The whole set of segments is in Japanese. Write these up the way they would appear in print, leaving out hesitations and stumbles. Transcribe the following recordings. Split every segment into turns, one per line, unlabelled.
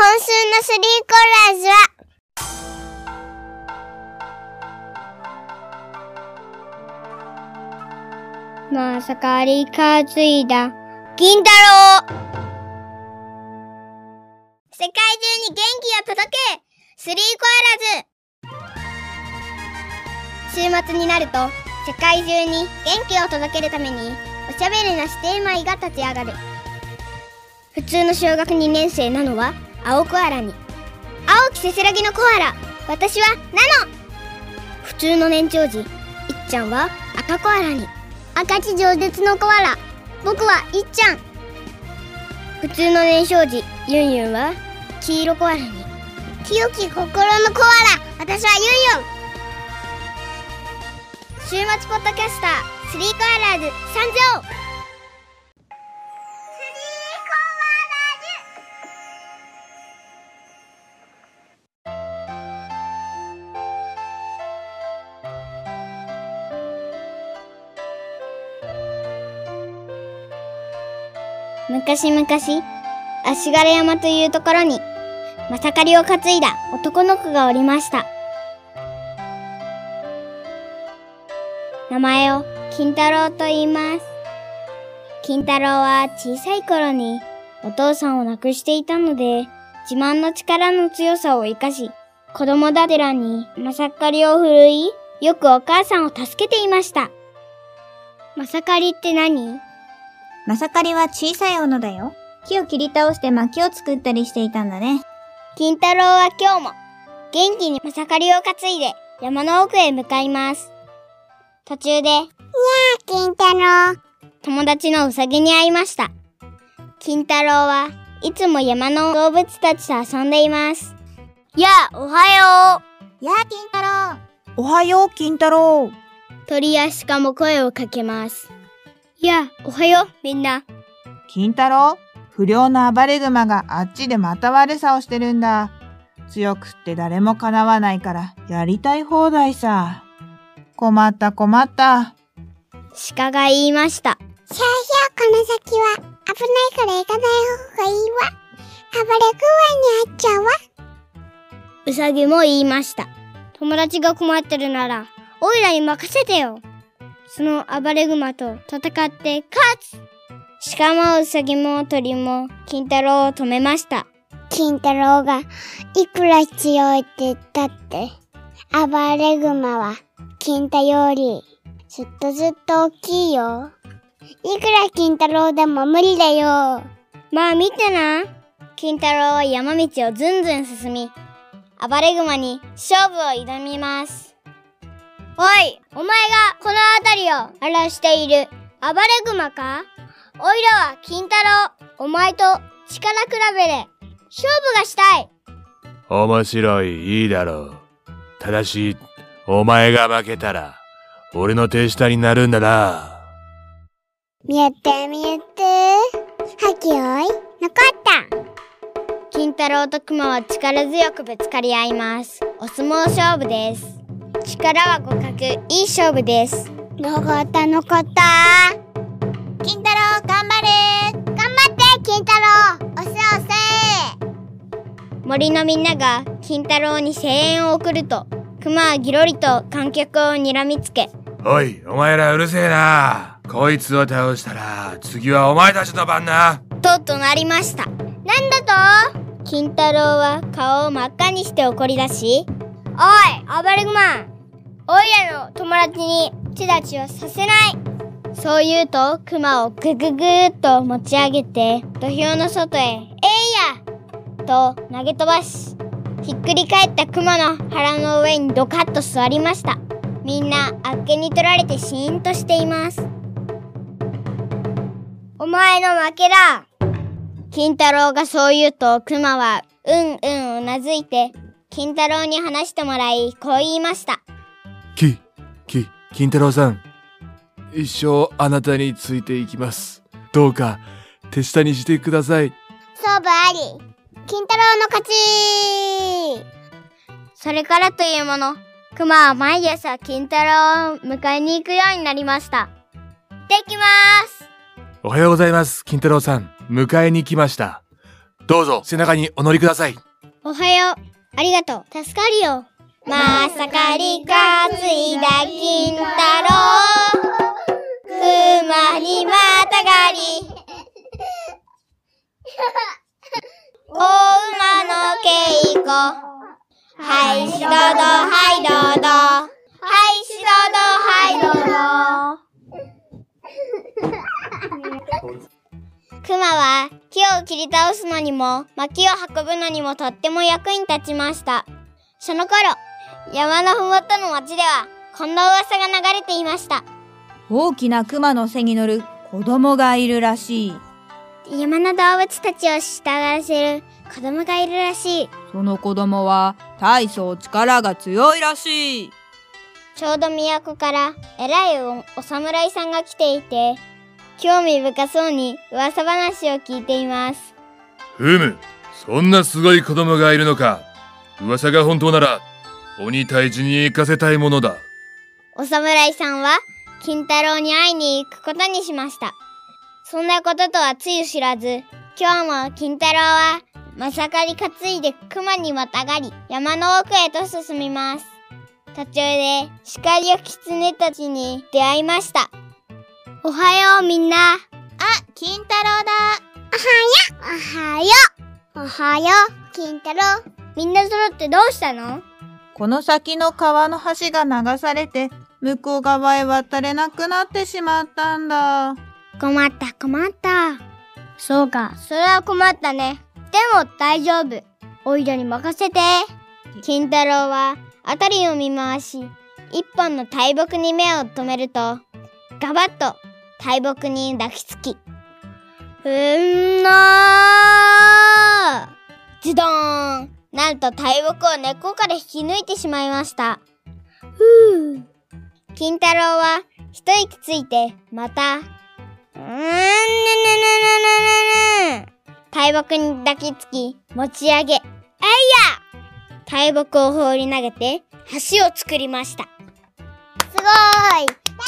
今週のスリーコーラーズは、まさかりかついだ金太郎。世界中に元気を届け、スリーコアラーズ。週末になると世界中に元気を届けるためにおしゃべりな指定米が立ち上がる。普通の小学2年生なのは青コアラに、青きせせらぎのコアラ、私はナノ。普通の年長児いっちゃんは赤コアラに、赤き饒舌のコアラ、僕はいっちゃん。普通の年少児ユンユンは黄色コアラに、清き心のコアラ、私はユンユン。週末ポッドキャスタースリーコアラーズ参上。昔々、足柄山というところに、まさかりを担いだ男の子がおりました。名前を金太郎と言います。金太郎は小さい頃にお父さんを亡くしていたので、自慢の力の強さを生かし、子供だてらにまさかりを振るい、よくお母さんを助けていました。まさかりって何？
まさかりは小さい斧だよ。木を切り倒して薪を作ったりしていたんだね。
金太郎は今日も元気にまさかりを担いで山の奥へ向かいます。途中で、やあ、金太郎。友達のウサギに会いました。金太郎はいつも山の動物たちと遊んでいます。やあ、おはよ
う。やあ、金太郎。
おはよう、金太郎。
鳥や鹿も声をかけます。やあ、おはよう、みんな。
金太郎、不良の暴れ熊があっちでまた悪さをしてるんだ。強くって誰もかなわないからやりたい放題さ。困った困った。
鹿が言いました。
ひゃーひゃー、この先は危ないから行かない方がいいわ。暴れ熊に会っちゃうわ。
うさぎも言いました。友達が困ってるなら、おいらに任せてよ。その暴れ熊と戦って勝つ。鹿もうさぎも鳥も金太郎を止めました。
金太郎がいくら強いって言ったって、暴れ熊は金太よりずっと大きいよ。いくら金太郎でも無理だよ。
まあ見てな。金太郎は山道をずんずん進み、暴れ熊に勝負を挑みます。おい、お前がこの辺りを荒らしている暴れ熊か？おいらは金太郎。お前と力比べで勝負がしたい。
面白い、いいだろう。ただし、お前が負けたら、俺の手下になるんだな。
見えて見えて。はきおい、残った。
金太郎と熊は力強くぶつかり合います。お相撲勝負です。力は互角、いい勝負です。
残った。金太郎、頑張れ。頑張って、金太郎。押せ押せ。
森のみんなが金太郎に声援を送ると、熊はギロリと観客を睨みつけ、
おい、お前らうるせえな。こいつを倒したら、次はお前たちの番な。
となりました。なんだと？金太郎は顔を真っ赤にして怒り出し、おい、暴れ熊。おいらの友達に血立ちをさせない。そう言うと、熊をぐぐぐーっと持ち上げて、土俵の外へ、えいやと投げ飛ばし、ひっくり返った熊の腹の上にドカッと座りました。みんなあっけに取られてシーンとしています。お前の負けだ。金太郎がそう言うと、熊はうなずいて、金太郎に話してもらい、こう言いました。
金太郎さん。一生あなたについていきます。どうか手下にしてください。
勝負あり。金太郎の勝ち。
それからというもの、熊は毎朝金太郎を迎えに行くようになりました。できます。
おはようございます、金太郎さん。迎えに来ました。 どうぞ背中にお乗りください。
おはよう。ありがとう。助かるよ。まさかり担いだ金太郎。熊にまたがり。大馬の稽古。はいしどど、はいどど。はいしどど、はいどど。熊は木を切り倒すのにも薪を運ぶのにもとっても役に立ちました。その頃、山のふもとの町ではこんな噂が流れていました。
大きな熊の背に乗る子供がいるらしい。
山の動物たちを従わせる子供がいるらしい。
その子供は大層力が強いらしい。
ちょうど都から偉いお侍さんが来ていて、興味深そうに噂話を聞いています。
ふむ、そんなすごい子供がいるのか。噂が本当なら、鬼退治に行かせたいものだ。
お侍さんは、金太郎に会いに行くことにしました。そんなこととはつゆ知らず、今日も金太郎は、まさかり担いで熊にまたがり、山の奥へと進みます。途中で、鹿や狐たちに出会いました。おはようみんな。
あ、金太郎だ。
おはよう。おはよう、金太郎。
みんな揃ってどうしたの？
この先の川の橋が流されて、向こう側へ渡れなくなってしまったんだ。
困った困った。そうか、それは困ったね。でも大丈夫。おいらに任せて。金太郎は辺りを見回し、一本の大木に目を留めると、ガバッと大木に抱きつき、ズドーン！なんと大木を根っこから引き抜いてしまいました。金太郎は一息ついて、また、大木に抱きつき、持ち上げ、大木を放り投げて、橋を作りました。
すごーい。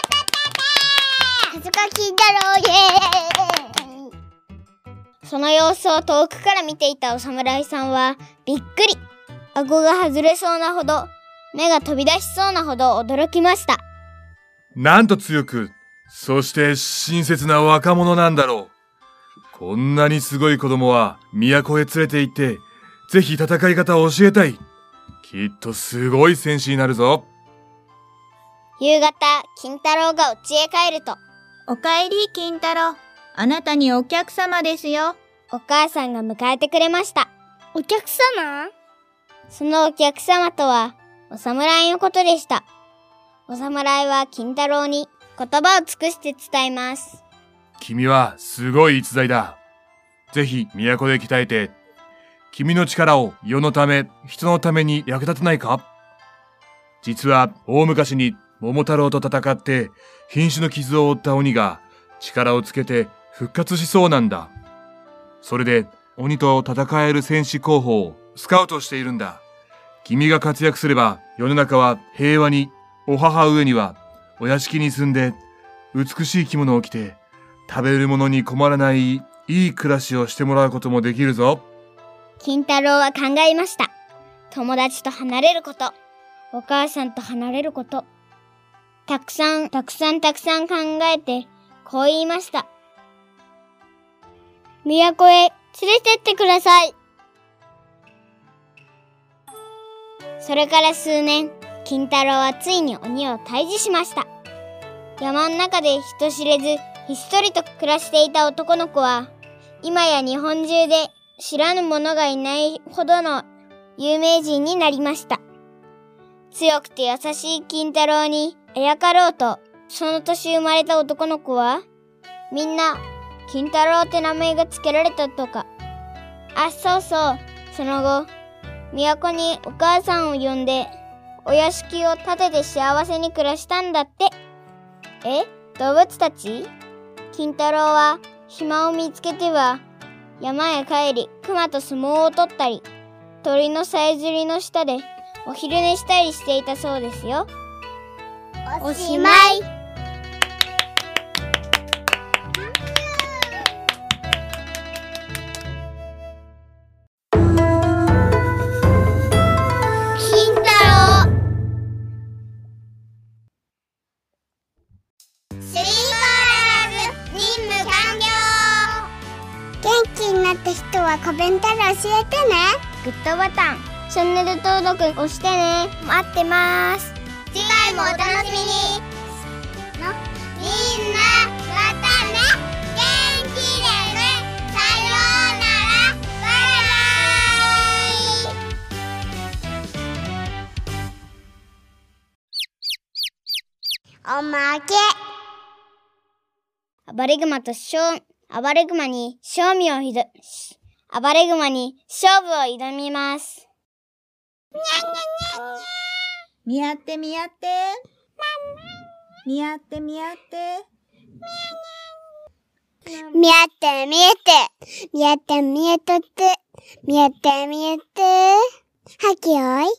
さすが金太郎、イエーイ。
その様子を遠くから見ていたお侍さんは、びっくり。顎が外れそうなほど、目が飛び出しそうなほど驚きました。
なんと強く、そして親切な若者なんだろう。こんなにすごい子供は都へ連れて行って、ぜひ戦い方を教えたい。きっとすごい戦士になるぞ。
夕方、金太郎が家へ帰ると、
おかえり、金太郎。あなたにお客様ですよ。
お母さんが迎えてくれました。お客様？そのお客様とは、お侍のことでした。お侍は金太郎に言葉を尽くして伝えます。
君はすごい逸材だ。ぜひ都で鍛えて、君の力を世のため、人のために役立てないか？実は大昔に桃太郎と戦って瀕死の傷を負った鬼が力をつけて復活しそうなんだ。それで鬼と戦える戦士候補をスカウトしているんだ。君が活躍すれば世の中は平和に、お母上にはお屋敷に住んで美しい着物を着て食べるものに困らないいい暮らしをしてもらうこともできるぞ。
金太郎は考えました。友達と離れること、お母さんと離れること。たくさん考えて、こう言いました。都へ連れてってください。それから数年、金太郎はついに鬼を退治しました。山の中で人知れず、ひっそりと暮らしていた男の子は、今や日本中で知らぬ者がいないほどの有名人になりました。強くて優しい金太郎にあやかろうと、その年生まれた男の子は、みんな、金太郎って名前が付けられたとか。あ、そうそう。その後、都にお母さんを呼んで、お屋敷を建てて幸せに暮らしたんだって。動物たち？金太郎は暇を見つけては、山へ帰り、熊と相撲を取ったり、鳥のさえずりの下でお昼寝したりしていたそうですよ。
おしまい。 コメントで教えてね。
グッドボタン、チャンネル登録押してね。待ってます。次回もお楽しみに。みんな、またね。元気でね。さようなら。バイバイ。
おまけ。
暴れ熊と暴れ熊に勝負を挑みます。
見合って見合って。見合って見合って。
見合って見えて。見合って見えとって。見合って見えて。はきおい、残った。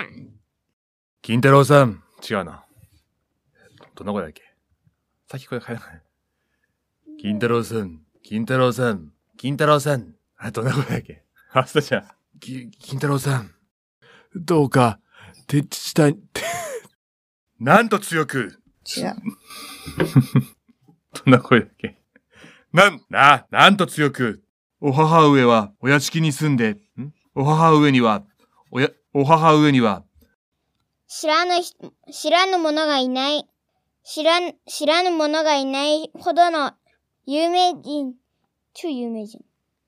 金太郎さん。違うな。どんな声だっけ？さっき声変えなかった。金太郎さん。金太郎さん。金太郎さん。あれ、どんな声だっけ？あ、そうじゃん。金太郎さん。どうか、下に、なんと強く。
違う。
どんな声だっけ？なんと強く。お母上はお屋敷に住んで、お母上には、
知らぬ者がいないほどの超有名人。